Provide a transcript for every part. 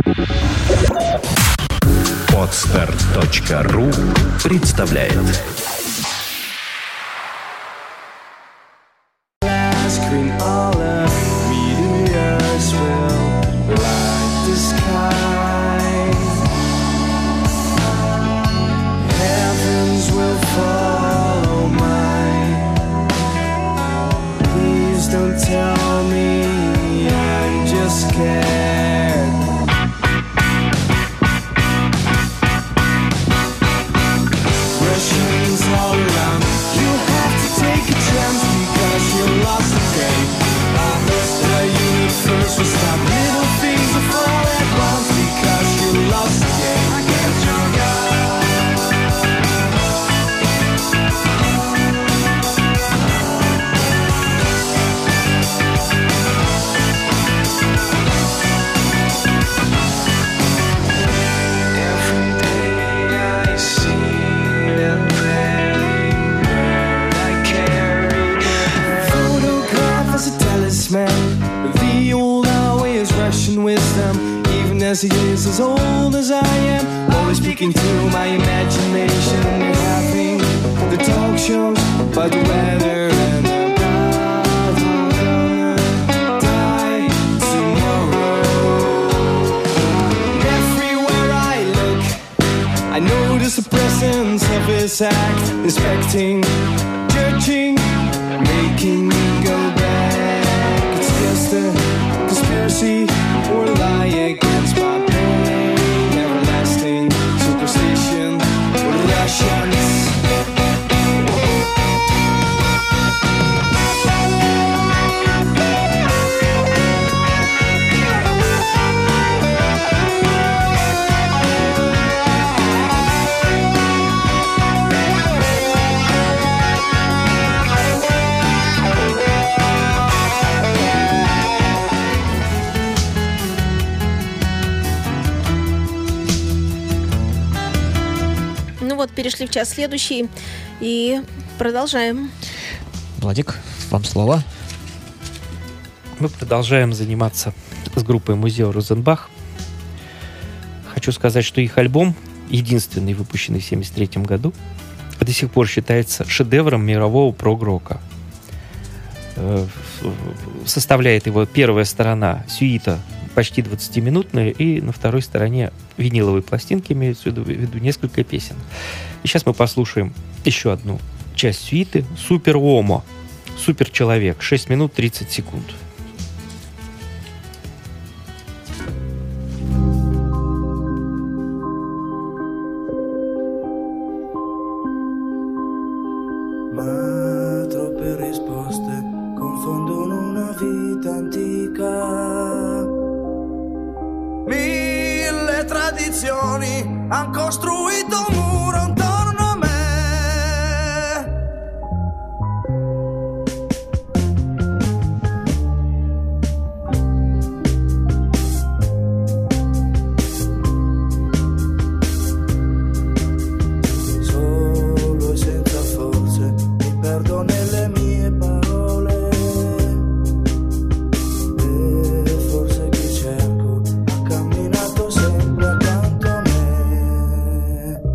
Podster.ru представляет. As he is as old as I am, always speaking to my imagination. We're having the talk shows about the weather and about how I'm gonna die tomorrow. Everywhere I look, I notice the presence of his act, inspecting, judging, making me go back. It's just a conspiracy or a lie against my pain, everlasting superstition with Russians. Вот, перешли в час следующий и продолжаем. Владик, вам слово. Мы продолжаем заниматься с группой Музея Розенбах. Хочу сказать, что их альбом, единственный, выпущенный в 1973 году, до сих пор считается шедевром мирового прог-рока. Составляет его первая сторона сюита, почти 20-минутная, и на второй стороне виниловые пластинки, имеются в виду несколько песен. И сейчас мы послушаем еще одну часть сюиты «Супер Уомо», «Супер-человек», 6 минут 30 секунд. Han costruito un muro intorno a me. Solo e senza forze mi perdo nelle mie parole. E forse chi cerco ha camminato sempre accanto a me.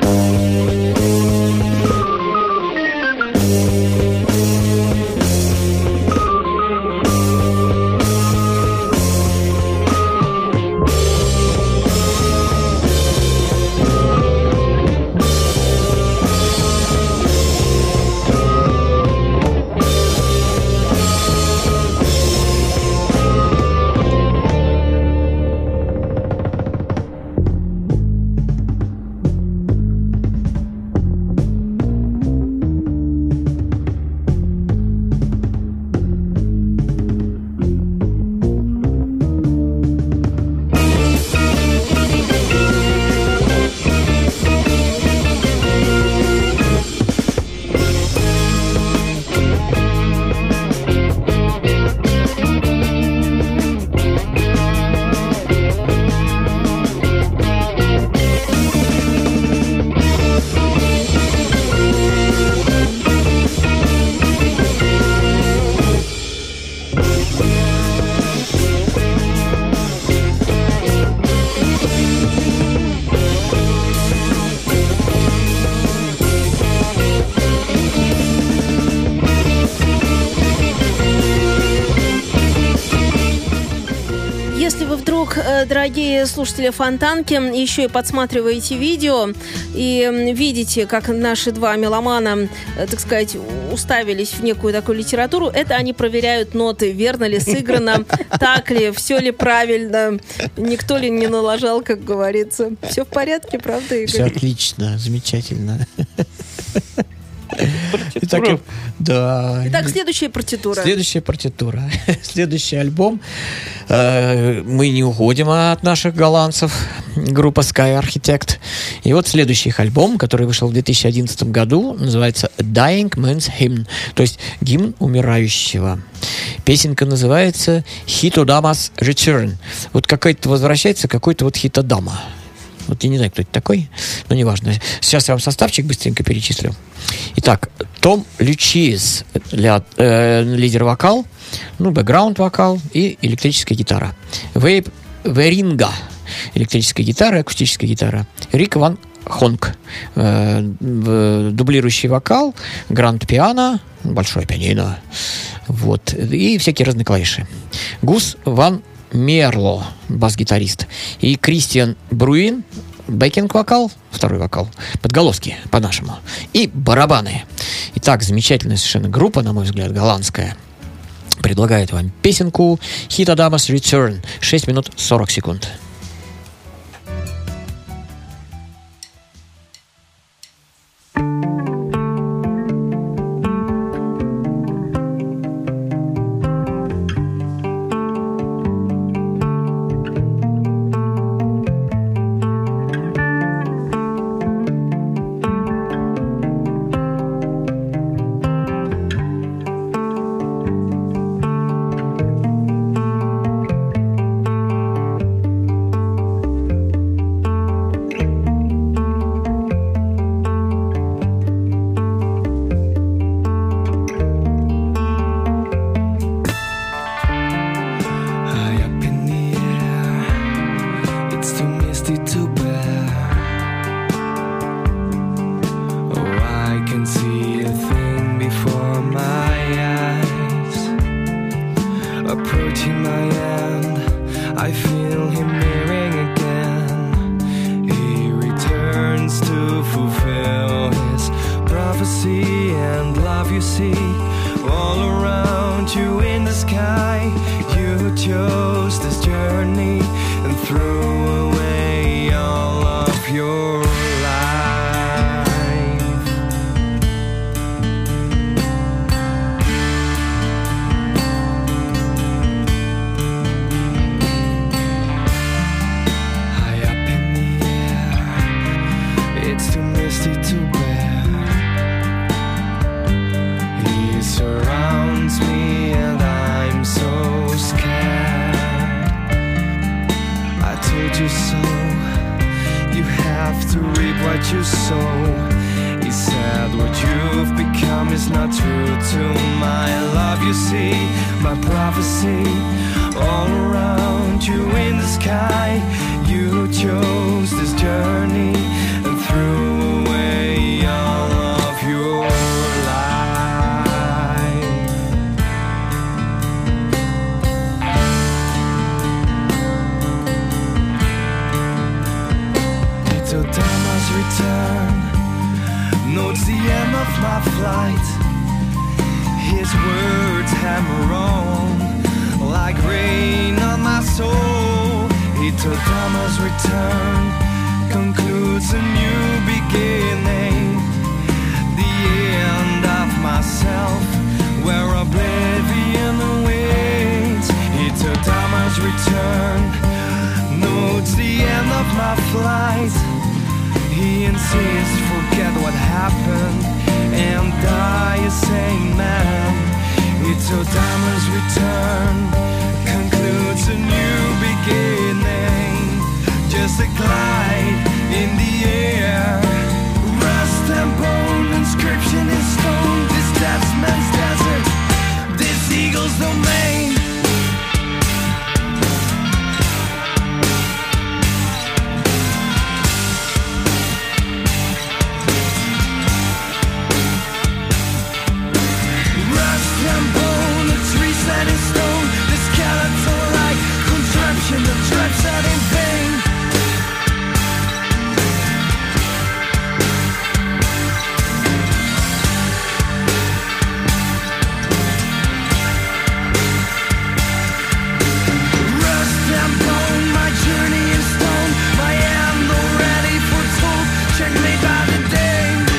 Дорогие слушатели Фонтанки, еще и подсматриваете видео и видите, как наши два меломана, так сказать, уставились в некую такую литературу. Это они проверяют ноты, верно ли сыграно, так ли, все ли правильно, никто ли не налажал, как говорится. Все в порядке, правда, Игорь? Все отлично, замечательно. Партитура. Итак, следующая партитура. Следующий альбом. Мы не уходим от наших голландцев. Группа Sky Architect. И вот следующий их альбом, который вышел в 2011 году, называется Dying Man's Hymn. То есть гимн умирающего. Песенка называется Hitodama's Return. Вот какой-то возвращается какой-то вот Хитодама. Вот я не знаю, кто это такой, но неважно. Сейчас я вам составчик быстренько перечислю. Итак, Том Лючиес, лидер-вокал, бэкграунд-вокал и электрическая гитара. Вейб Веринга, электрическая гитара, акустическая гитара. Рик Ван Хонг, дублирующий вокал, гранд-пиано, большое пианино, вот, и всякие разные клавиши. Гус Ван Мерло, бас-гитарист, и Кристиан Бруин, бэкинг-вокал, второй вокал, подголоски по-нашему, и барабаны. Итак, замечательная совершенно группа, на мой взгляд, голландская, предлагает вам песенку Hitodama's Return, 6 минут 40 секунд. You chose this journey and threw till Thomas' return. No, it's the end of my flight. His words hammer on like rain on my soul. Till Thomas' return concludes a new beginning. The end of myself, where oblivion awaits. Till Thomas' return, no, it's the end of my flight. He insists, forget what happened and die a sane man. Till Thomas' return concludes a new beginning. Just a glide in the air. Rust and bone, inscription in stone. This death man's desert, this eagle's domain. Set in stone, the skeleton-like contraption that traps out in vain. Rust and bone, my journey in stone, my end already foretold. Check me by the day.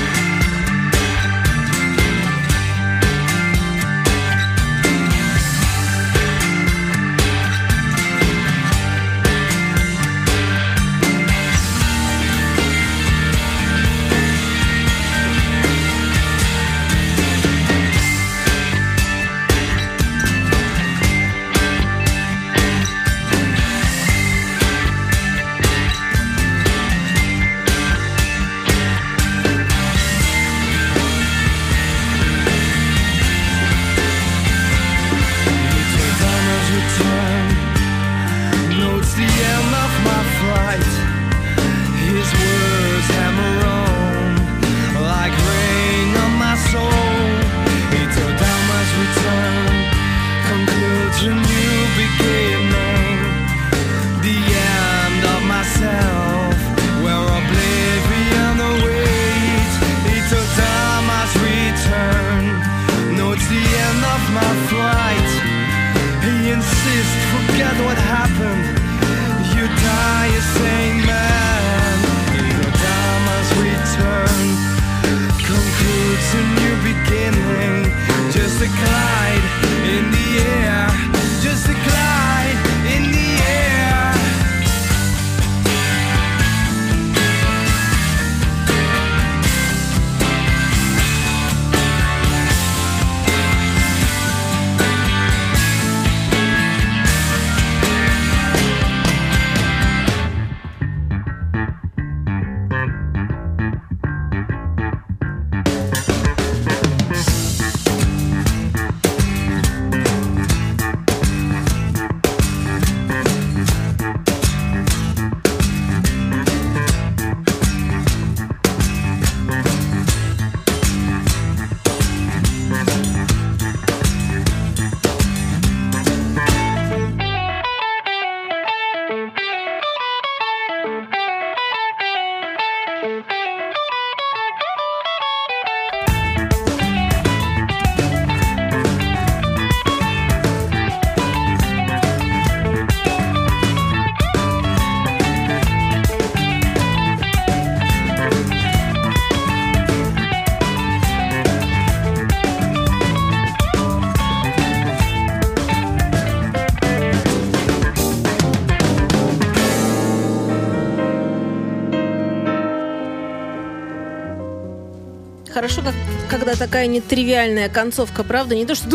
Хорошо, когда такая нетривиальная концовка, правда? Не то, что...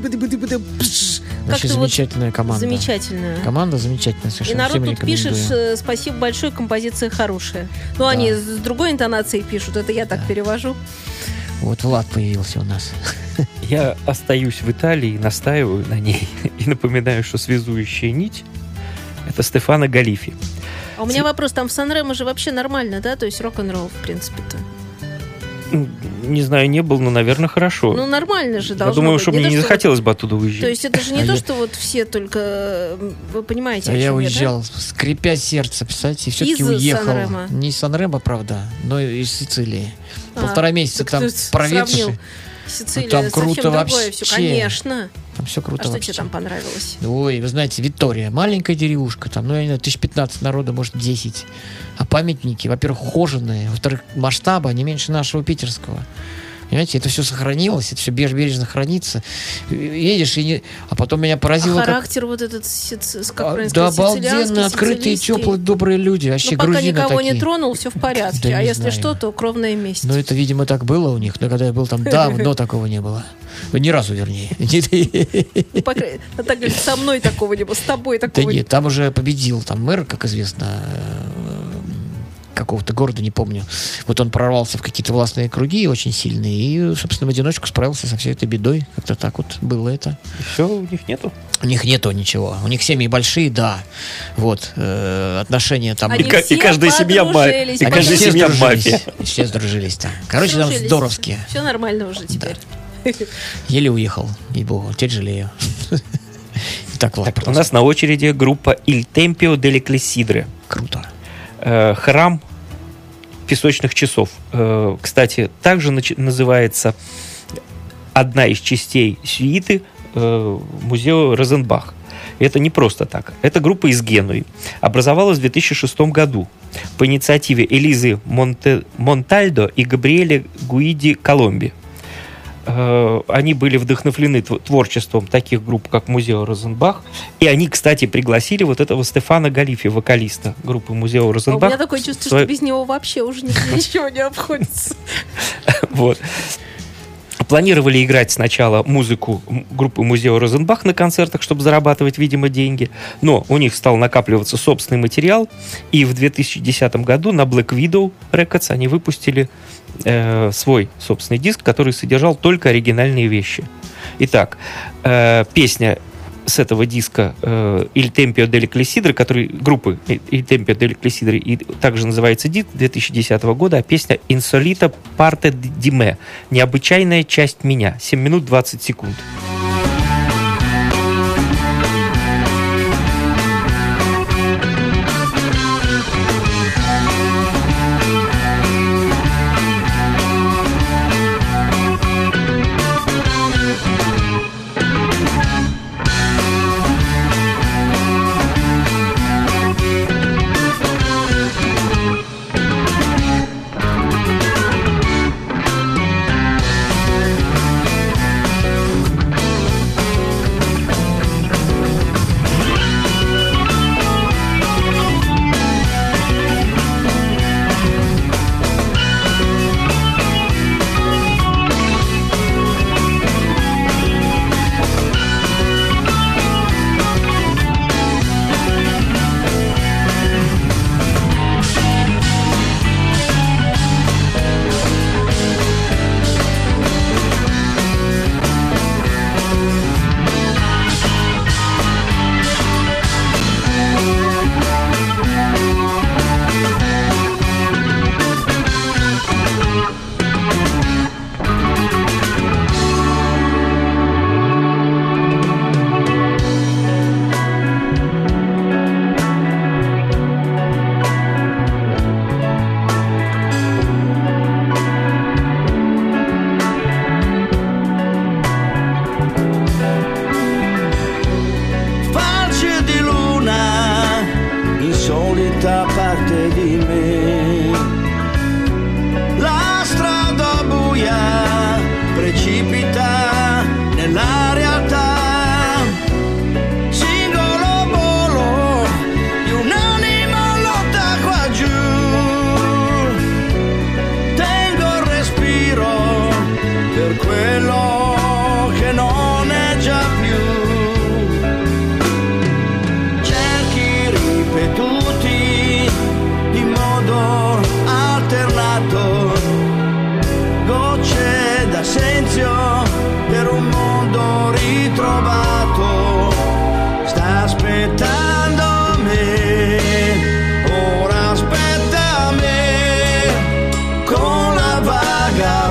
Вообще замечательная команда. Замечательная. Команда замечательная, совершенно. И народ тут пишет, спасибо большое, композиция хорошая. Ну, да. Они с другой интонацией пишут, это я так перевожу. Вот Влад появился у нас. Я остаюсь в Италии, настаиваю на ней и напоминаю, что связующая нить — это Стефано Галифи. А у меня вопрос, там в Сан-Ремо же вообще нормально, да? То есть рок-н-ролл, в принципе-то. Не знаю, не был, но, наверное, хорошо. Ну, нормально же Я должно думаю, быть. что Не мне то, не что захотелось бы оттуда уезжать. То есть это же не то, что вот все только... Вы понимаете, А о я чем уезжал, скрипя сердце, представляете, и все-таки Из уехал. Сан-Ремо. Не из Сан-Ремо, правда, но из Сицилии. А, Полтора месяца так там ты проведший. сравнил. Сицилия, там совсем круто другое вообще. все, конечно. Там все круто А что вообще. тебе там понравилось? Ой, вы знаете, Витория, маленькая деревушка, там, ну, я не знаю, 1015 народа, может, 10. А памятники, во-первых, ухоженные, во-вторых, масштаба не меньше нашего питерского. Понимаете, это все сохранилось, это все бережно хранится. Едешь, а потом меня поразило, А как... характер вот этот, как правильно Да сказать, обалденно, сицилианский, открытые, сицилийский. теплые, добрые люди. Вообще Ну, пока грузины никого не такие. тронул, все в порядке. Да А не если знаю. что, то кровная месть. Ну, это, видимо, так было у них, но когда я был там давно, такого не было. Ни разу, вернее. Ну, по крайней мере, так говорит, со мной такого не было, с тобой Да такого не нет, там уже победил там мэр, как известно, какого-то города, не помню. Вот он прорвался в какие-то властные круги очень сильные и, собственно, в одиночку справился со всей этой бедой. Как-то так вот было это. Все, у них нету. У них нету ничего. У них семьи большие, да. Вот. Отношения там... Они И все каждая семья подружились, и Они каждая все семья сдружились. мафия. Все сдружились там. Короче, там Подружились. здоровские. Все нормально уже теперь. Еле уехал, ей-богу. Теперь жалею. Так, ладно. Так, у нас на очереди группа Il Tempio delle Clessidre. Круто. Храм песочных часов. Кстати, также называется одна из частей сюиты музея Розенбах. И это не просто так. Это группа из Генуи. Образовалась в 2006 году по инициативе Элизы Монтальдо и Габриэле Гуиди Коломби. Они были вдохновлены творчеством таких групп, как Музео Розенбах. И они, кстати, пригласили вот этого Стефана Галифи, вокалиста группы Музео А у Розенбах. меня такое чувство, что без него вообще уже ничего не обходится. Вот. Планировали играть сначала музыку группы Музео Розенбах на концертах, чтобы зарабатывать, видимо, деньги. Но у них стал накапливаться собственный материал. И в 2010 году на Black Widow Records они выпустили свой собственный диск, который содержал только оригинальные вещи. Итак, песня с этого диска Il Tempio delle Clessidre, который группы Il Tempio delle Clessidre, и также называется диск 2010 года, а песня Insolita parte di me, необычайная часть меня, 7 минут 20 секунд.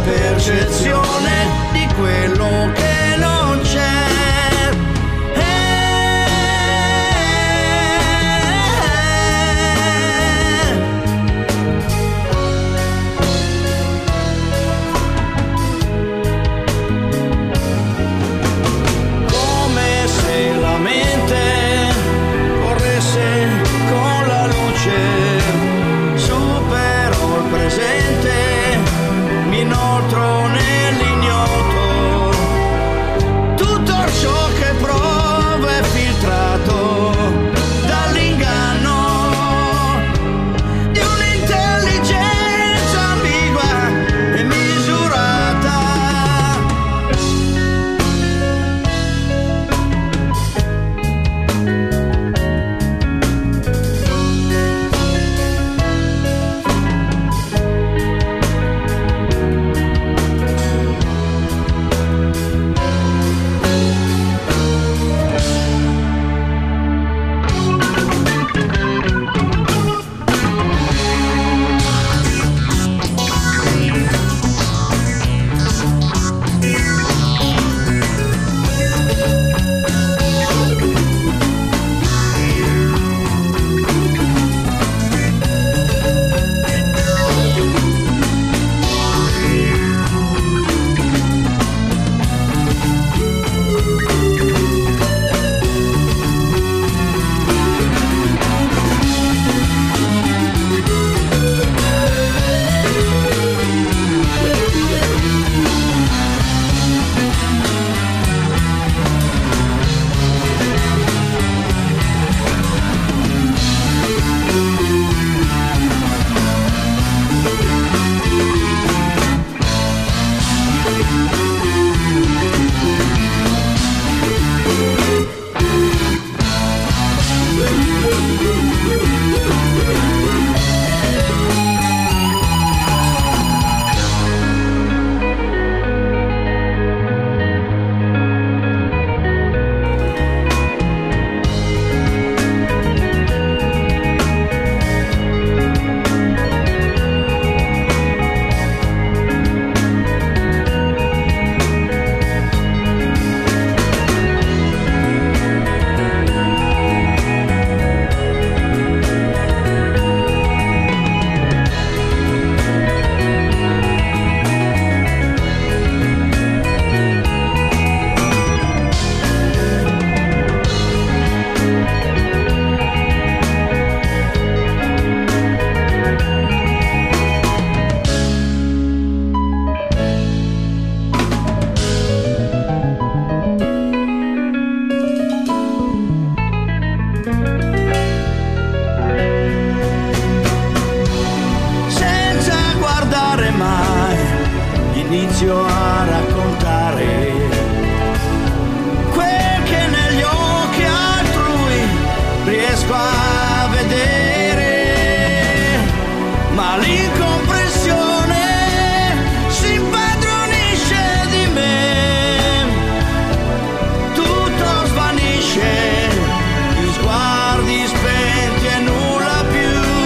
percezione di quello che non c'è. Come se la mente corresse con la luce, supero il presente, mi inoltro nell'ignoto. Tutto ciò che provo è filtrato dall'inganno di un'intelligenza ambigua e misurata. Inizio a raccontare quel che negli occhi altrui riesco a vedere, ma l'incomprensione si impadronisce di me, tutto svanisce, gli sguardi spenti e nulla più.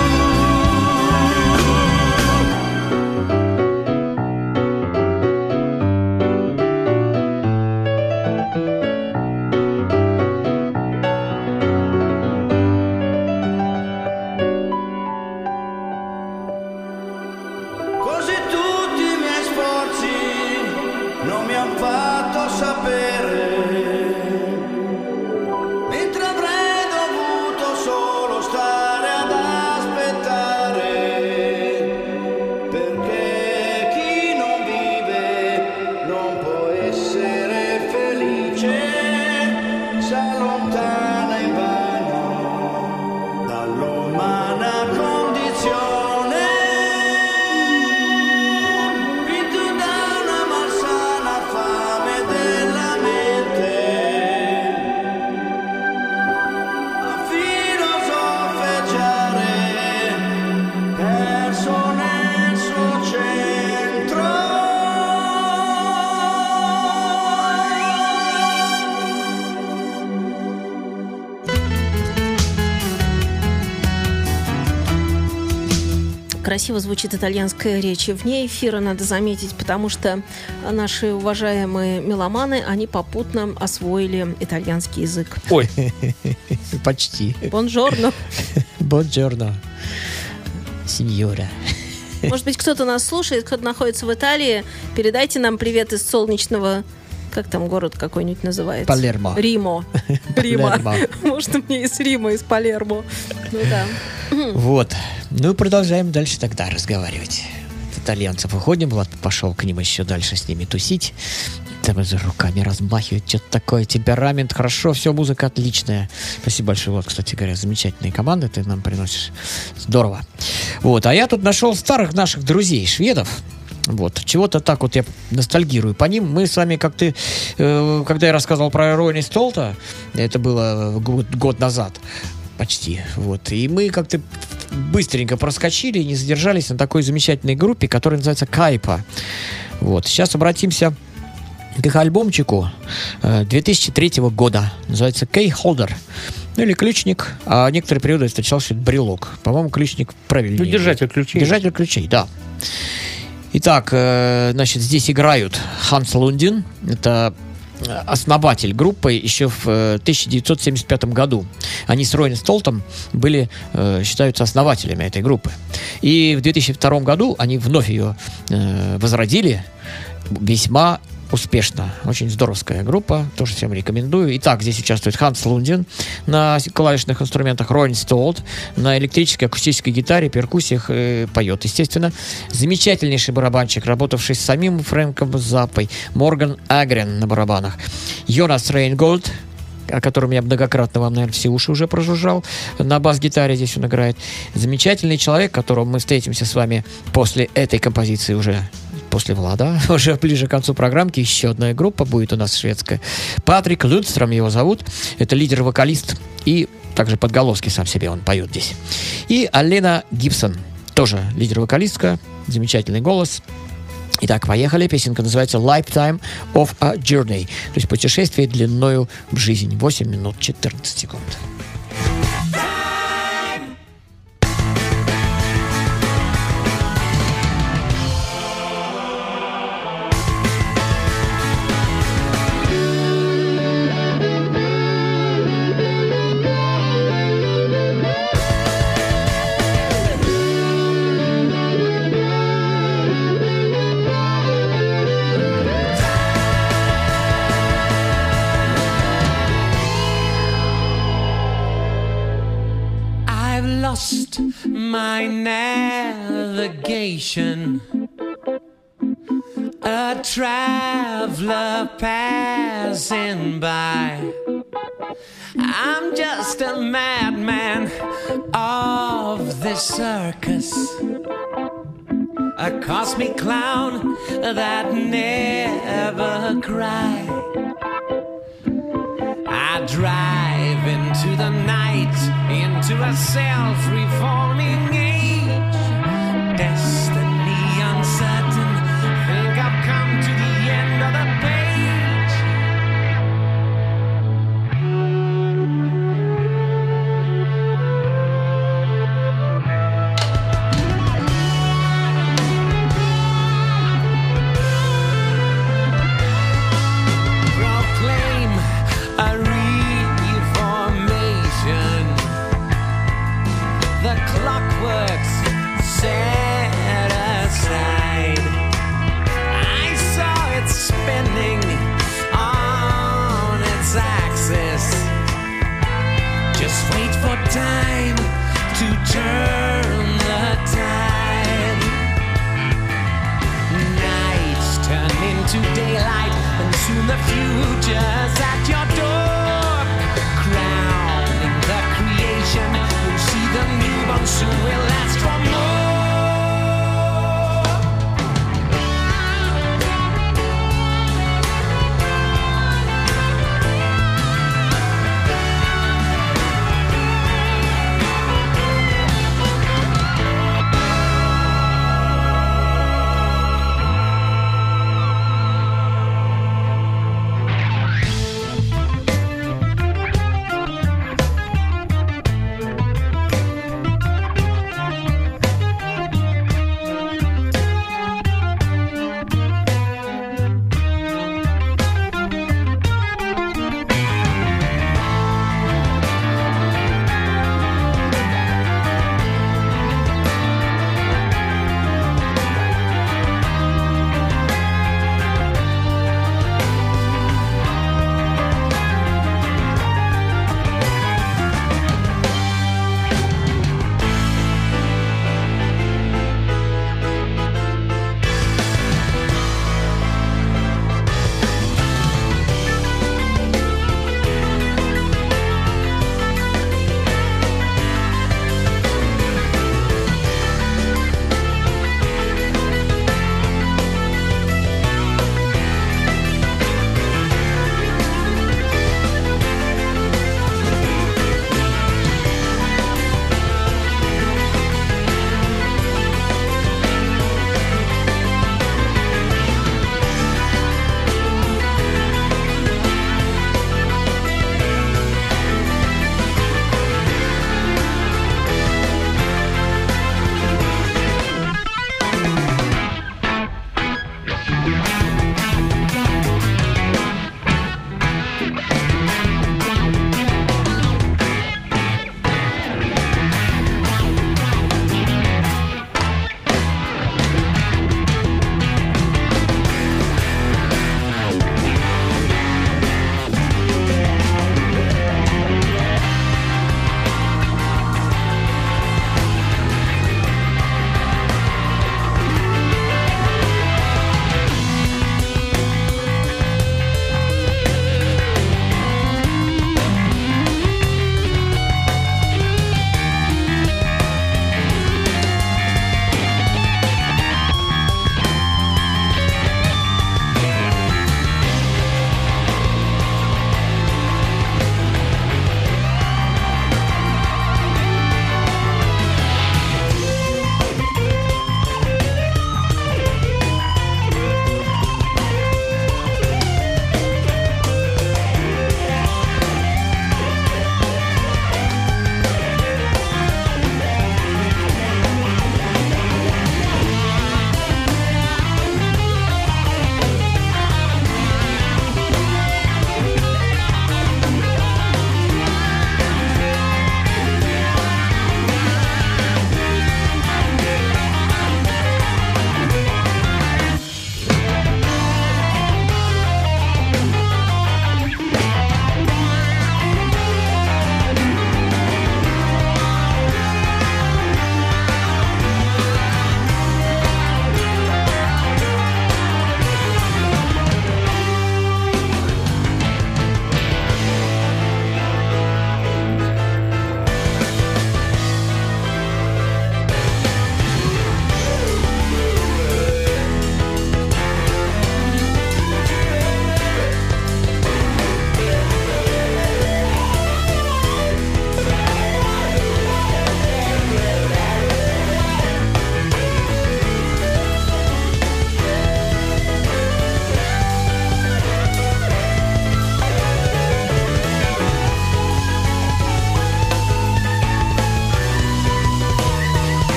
Così tutti i miei sforzi non mi han fatto sapere, mentre avrei dovuto solo stare ad aspettare, perché chi non vive non può essere felice, s'allontana invano dall'umana condizione. Vinto da una malsana fame della mente. красиво звучит итальянская речь. И вне эфира, надо заметить, потому что наши уважаемые меломаны, они попутно освоили итальянский язык. Ой, Почти. Бонжорно. Бонджорно, сеньора. Может быть, кто-то нас слушает, кто-то находится в Италии. Передайте нам привет из солнечного... Как там город какой-нибудь называется? Палермо. Римо. Рима. Палермо. Может, мне из Рима, из Палермо. Ну да. Вот. Ну, продолжаем дальше тогда разговаривать. От итальянцев уходим. Влад пошел к ним еще дальше с ними тусить. Там за руками размахивать, что-то такое, темперамент, хорошо, все, музыка отличная. Спасибо большое, вот, кстати говоря, замечательные команды ты нам приносишь. Здорово. Вот, а я тут нашел старых наших друзей, шведов. Вот, чего-то так вот я ностальгирую по ним. Мы с вами как-то, когда я рассказывал про Ронни Столта, это было год назад почти, вот, и мы как-то быстренько проскочили и не задержались на такой замечательной группе, которая называется Кайпа. Вот, сейчас обратимся к их альбомчику 2003 года. Называется Keyholder. Ну, или ключник. А некоторые периоды встречал, что это брелок. По-моему, ключник правильнее. ну держатель ключей. Держатель ключей, да. Итак, значит, здесь играют Ханс Лундин. Это основатель группы еще в 1975 году. Они с Ронни Столтом были, считаются основателями этой группы. И в 2002 году они вновь ее возродили весьма успешно. Очень здоровская группа, тоже всем рекомендую. Итак, здесь участвует Ханс Лундин на клавишных инструментах, Ронни Столт на электрической, акустической гитаре, перкуссиях поет, естественно. Замечательнейший барабанщик, работавший с самим Фрэнком Заппой, Морган Агрен на барабанах. Йонас Рейнгольд, о котором я многократно вам, наверное, все уши уже прожужжал. На бас-гитаре здесь он играет. Замечательный человек, которому мы встретимся с вами после этой композиции уже, после Влада, уже ближе к концу программки. Еще одна группа будет у нас шведская. Патрик Людстром его зовут. Это лидер-вокалист и также подголоски сам себе он поет здесь. И Алена Гибсон, тоже лидер-вокалистка, замечательный голос. Итак, поехали. Песенка называется Lifetime of a Journey. То есть путешествие длиною в жизнь. 8 минут 14 секунд. Lost my navigation, a traveler passing by. I'm just a madman of this circus, a cosmic clown that never cried. I drive into the night, into a self-reforming age. Destiny uncertain, think I've come to the end of the page. Proclaim a reformation. The clockworks set aside. I saw it spinning on its axis. Just wait for time to turn the tide. Nights turn into daylight, and soon the future's at your door. Crowning the creation, you'll see the newborn soon will last for more.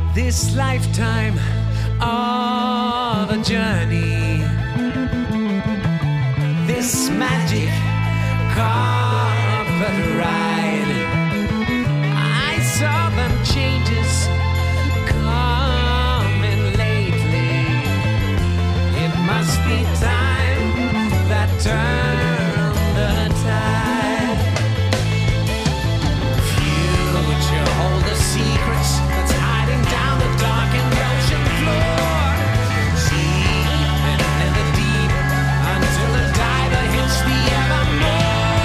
this lifetime of a journey, this magic carpet ride. I saw them changes coming lately. It must be time that turned the tide. Future hold the secrets that's hiding down the darkened ocean floor. Sleeping in the deep until the diver hits the evermore.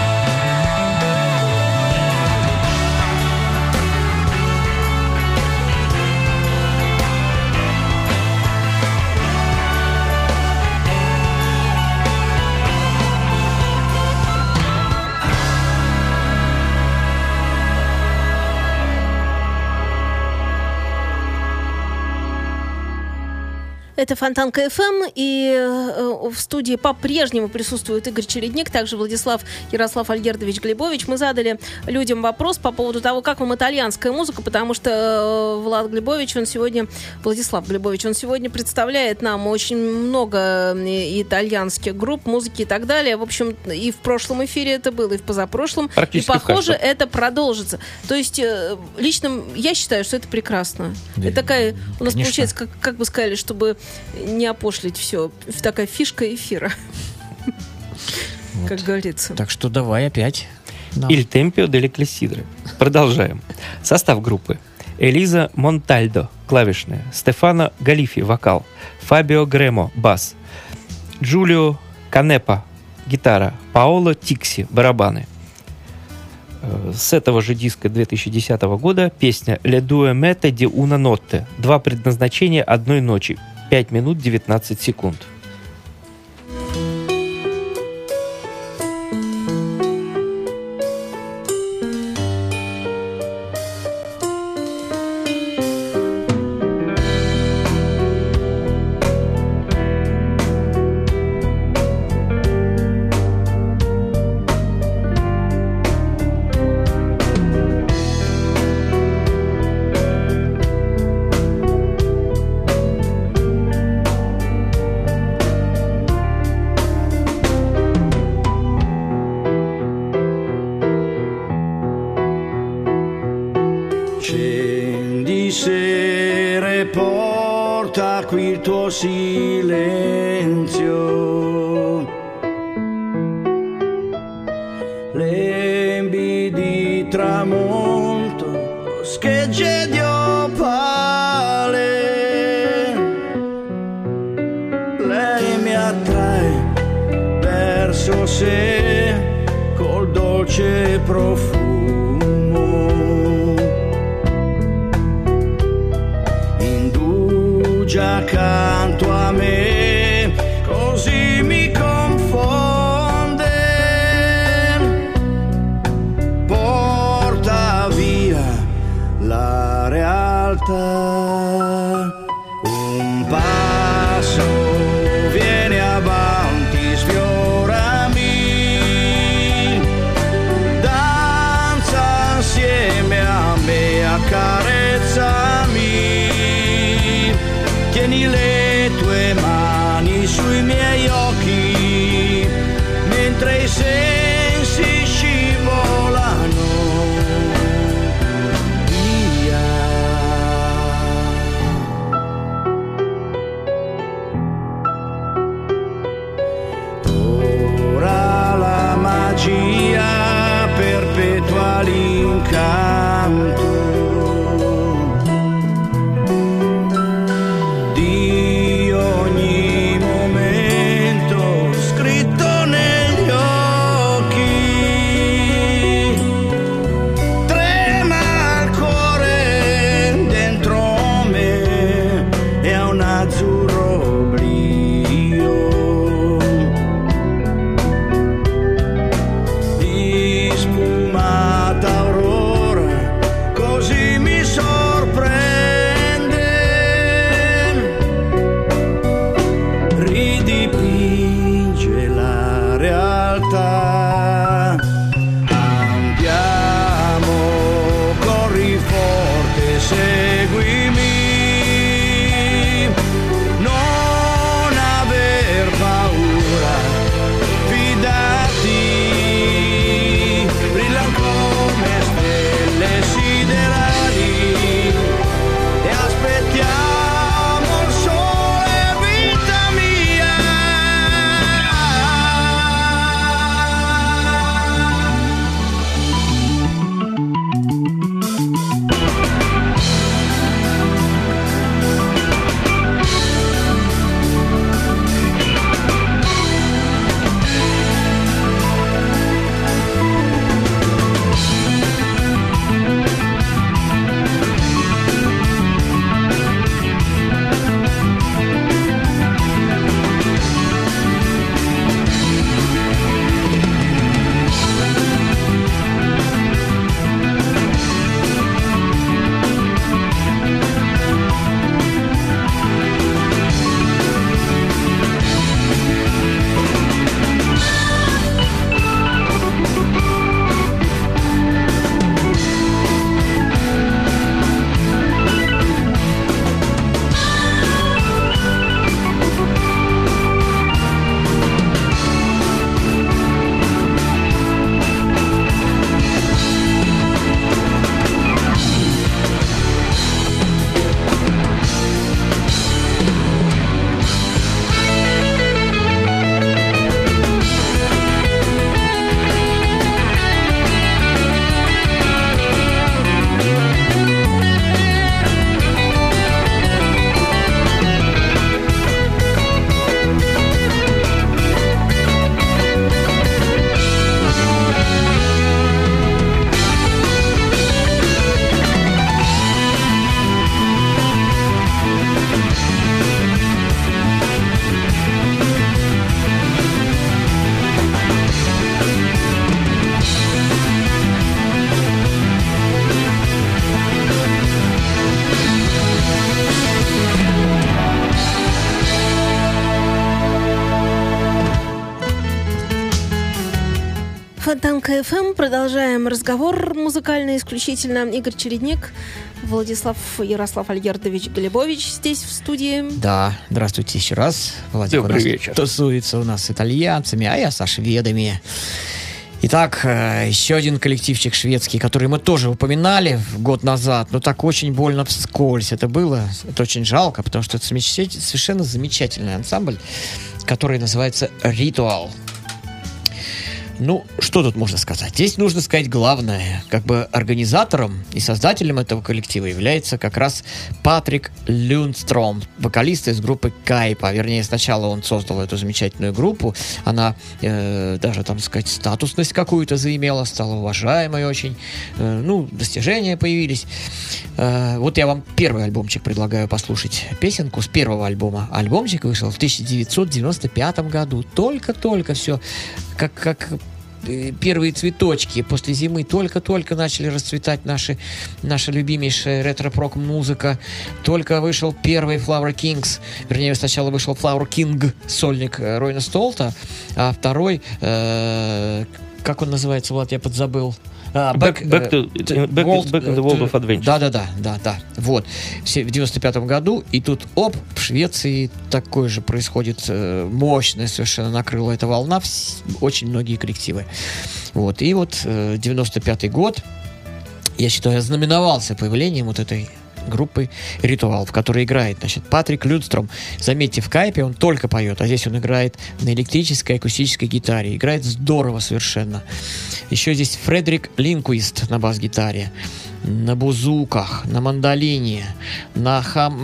Это Фонтанка ФМ, и в студии по-прежнему присутствует Игорь Чередник, также Ярослав Альгердович Глебович. Мы задали людям вопрос по поводу того, как вам итальянская музыка, потому что Владислав Глебович, он сегодня представляет нам очень много итальянских групп, музыки и так далее. В общем, и в прошлом эфире это было, и в позапрошлом. И, похоже, это продолжится. То есть, лично я считаю, что это прекрасно. Да, это такая, у нас конечно. Получается, как бы сказали, чтобы не опошлить все. Такая фишка эфира. Вот. Как говорится. Так что давай опять. Il Tempio delle Clessidre. Продолжаем. Состав группы. Элиза Монтальдо, клавишная. Стефано Галифи, вокал. Фабио Гремо, бас. Джулио Канепа, гитара. Паоло Тикси, барабаны. С этого же диска 2010 года песня «Le due mete di una notte». Два предназначения одной ночи. 5 минут 19 секунд. Scendi sere, porta qui il tuo silenzio, lembi di tramonto, schegge di opale, lei mi attrae verso sé col dolce profumo. Accanto a me, così mi confonde, porta via la realtà. Un passo, vieni avanti, sfiorami, danza insieme a me, accarezzami. Tieni le tue mani sui miei occhi, mentre i sensi scivolano via. Ora la magia perpetua l'incanto di ogni momento. Фонтанка ФМ. Продолжаем разговор музыкальный исключительно. Игорь Чередник, Владислав Ярослав Альгердович Глебович здесь в студии. Да, здравствуйте еще раз. Владик Добрый вечер. Тусуется у нас с итальянцами, а я со шведами. Итак, еще один коллективчик шведский, который мы тоже упоминали год назад, но так очень больно вскользь это было. Это очень жалко, потому что это совершенно замечательный ансамбль, который называется «Ритуал». Ну, что тут можно сказать? Здесь нужно сказать главное. Как бы организатором и создателем этого коллектива является как раз Патрик Люндстром, вокалист из группы Кайпа. Вернее, сначала он создал эту замечательную группу. Она даже, там сказать, статусность какую-то заимела, стала уважаемой очень. Достижения появились. Вот я вам первый альбомчик предлагаю послушать. Песенку с первого альбома. Альбомчик вышел в 1995 году. Только-только все как первые цветочки после зимы только-только начали расцветать наша любимейшая ретро-прок музыка. Только вышел первый Flower Kings, вернее, сначала вышел Flower King, сольник Ройна Столта, а второй, как он называется, Влад, я подзабыл. Back in the World of Adventure. Да. Вот. В 95-м году. И тут, в Швеции такое же происходит. Мощная совершенно накрыла эта волна. Очень многие коллективы. Вот. И вот 95-й год, я считаю, ознаменовался появлением вот этой группы «Ритуал», в которой играет, Патрик Люндстром. Заметьте, в Кайпе он только поет, а здесь он играет на электрической, акустической гитаре. Играет здорово совершенно. Еще здесь Фредерик Линквист на бас-гитаре, на бузуках, на мандолине, на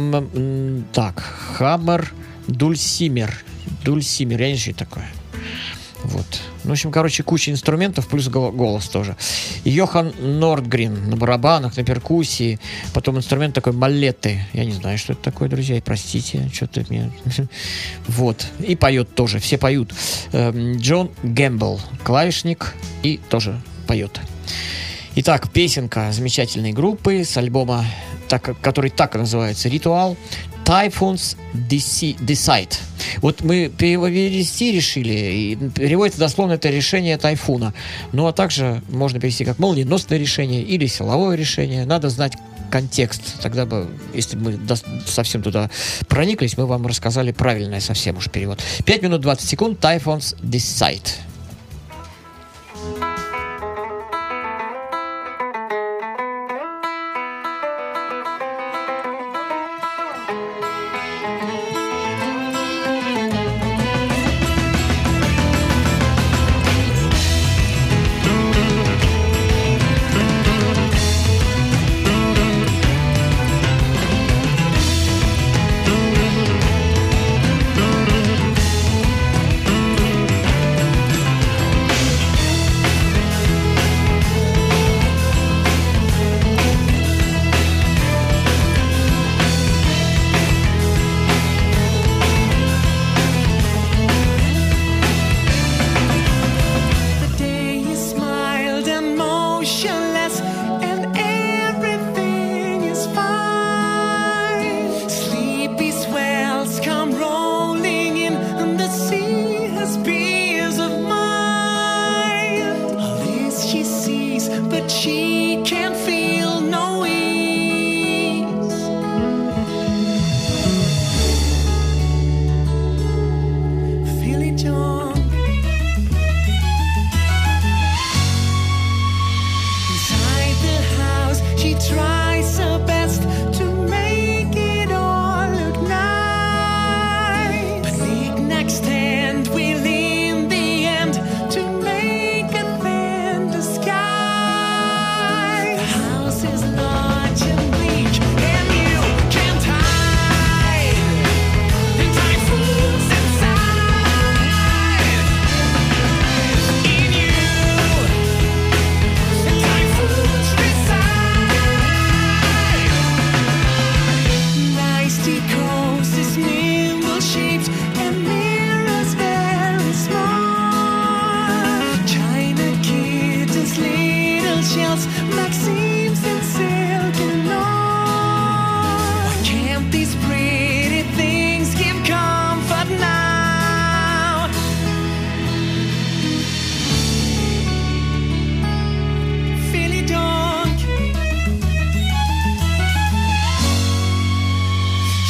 хаммер дульсимер. Дульсимер, я не знаю, что это такое. Вот. В общем, куча инструментов, плюс голос тоже. Йохан Нордгрин на барабанах, на перкуссии. Потом инструмент такой малетты. Я не знаю, что это такое, друзья, и простите, что-то мне... Вот. И поет тоже, все поют. Джон Гэмбл, клавишник, и тоже поет. Итак, песенка замечательной группы с альбома, который так и называется, «Ритуал», Typhoons Decide. Вот мы перевести решили, и переводится дословно это решение тайфуна. Ну, а также можно перевести как молниеносное решение или силовое решение. Надо знать контекст. Тогда бы, если бы мы совсем туда прониклись, мы вам рассказали правильный совсем уж перевод. 5 минут 20 секунд. Typhoons Decide.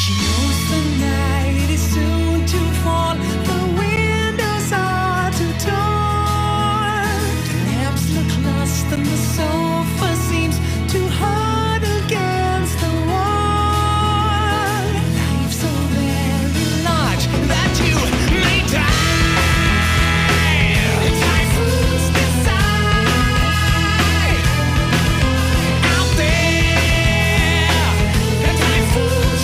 She knows the night is soon to fall. The windows are too torn. The lamps look lost and the sofa seems too hard against the wall. Life's so very large that you may die. The typhoons decide out there. The typhoons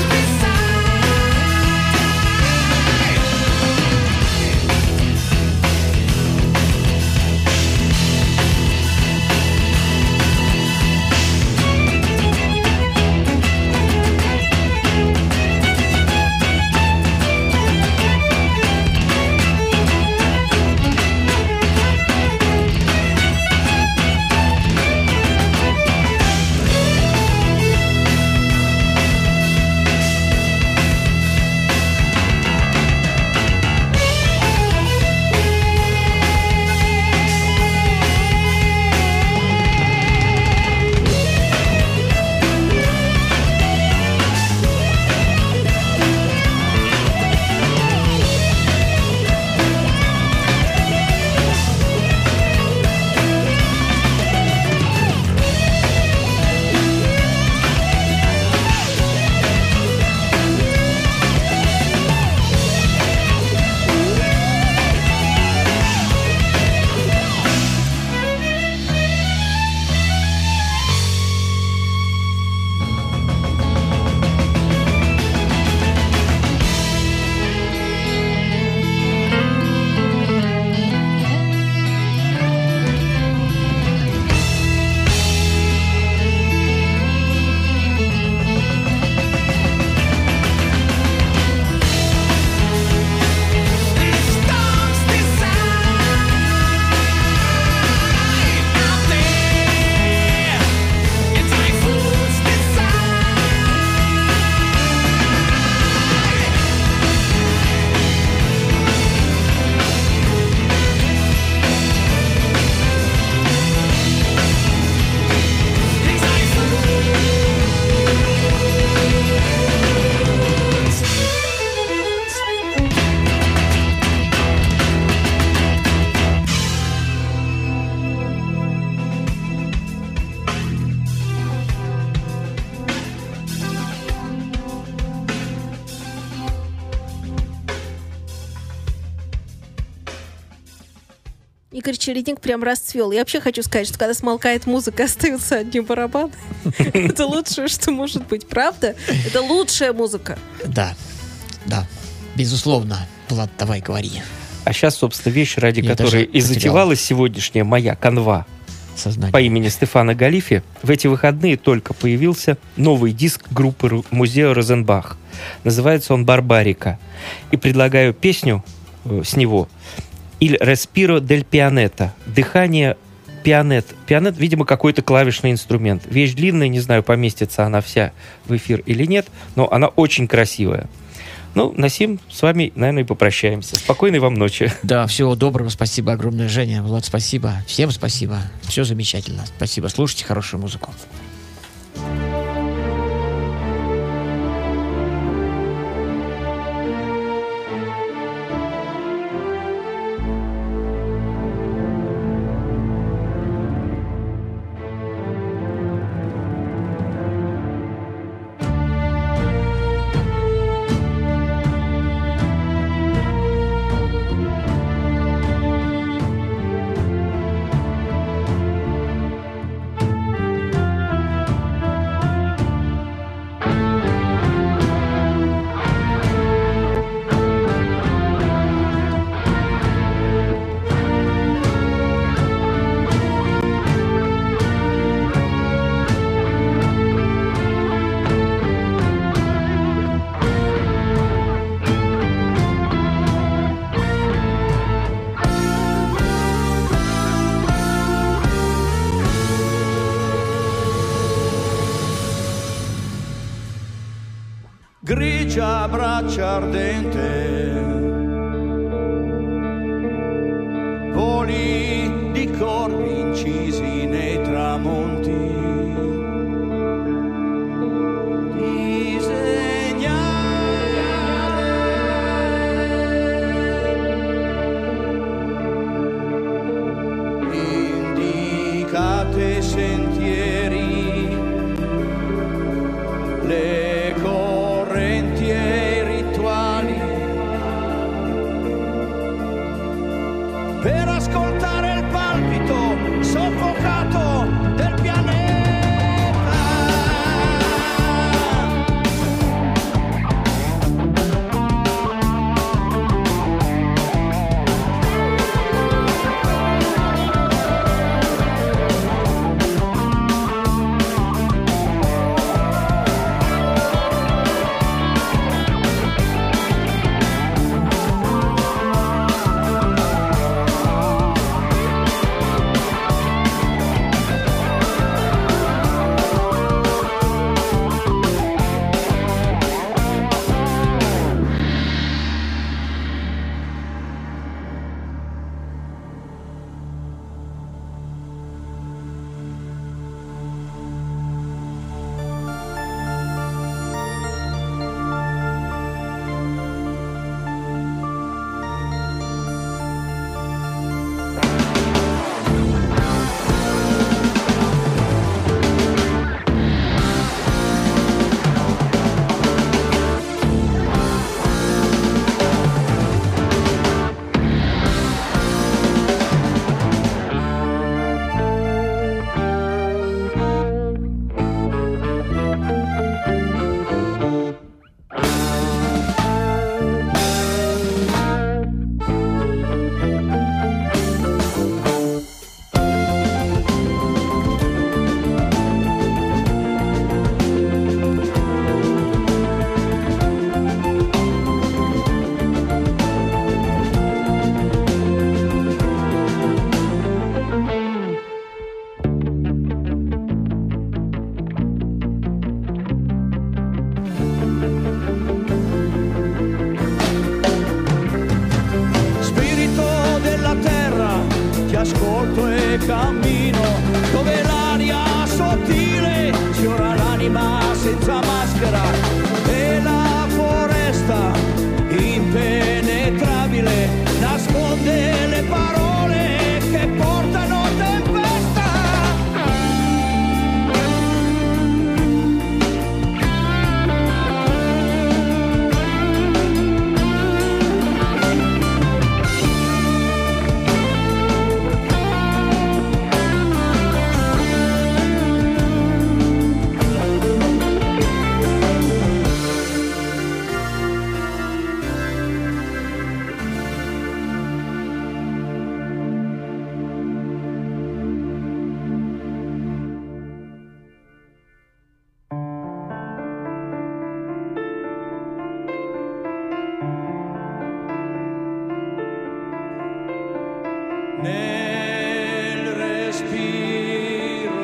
Игорь Чередник прям расцвел. Я вообще хочу сказать, что когда смолкает музыка, остаются одни барабаны. Это лучшее, что может быть, правда? Это лучшая музыка. Да, безусловно. Влад, давай говори. А сейчас, собственно, вещь, ради которой и затевалась сегодняшняя моя канва по имени Стефано Галифи. В эти выходные только появился новый диск группы музея Розенбах. Называется он «Барбарика». И предлагаю песню с него «Il respiro del pianeta». Дыхание пианет. Пианет, видимо, какой-то клавишный инструмент. Вещь длинная, не знаю, поместится она вся в эфир или нет, но она очень красивая. Ну, на сим с вами, наверное, и попрощаемся. Спокойной вам ночи. Да, всего доброго. Спасибо огромное, Женя. Влад, спасибо. Всем спасибо. Все замечательно. Спасибо. Слушайте хорошую музыку. Grigia braccia ardente, voli di corpi incisi nei tramonti, disegnati cammino dove l'aria sottile sfiora l'anima senza maschera e la foresta impenetrabile nasconde le parole che portano tempesta. Nel respiro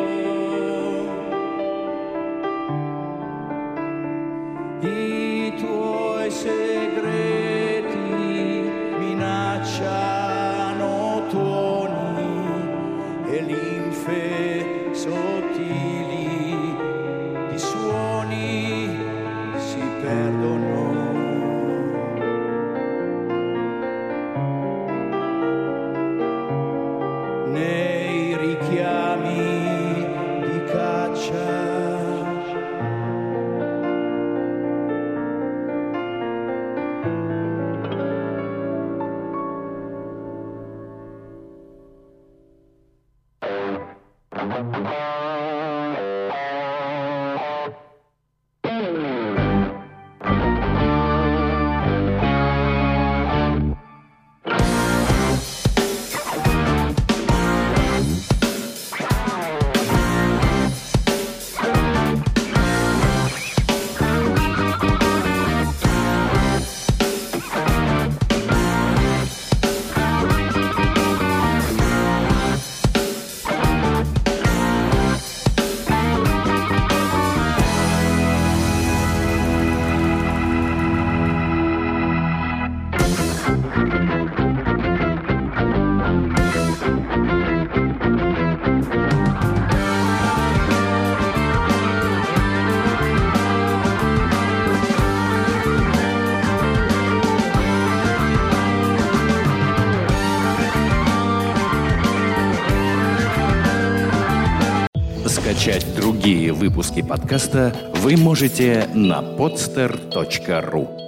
i tuoi segreti minacciano tuoni e linfe sottili di suoni si perdono. Nei richiami di caccia Скачать другие выпуски подкаста вы можете на podster.ru.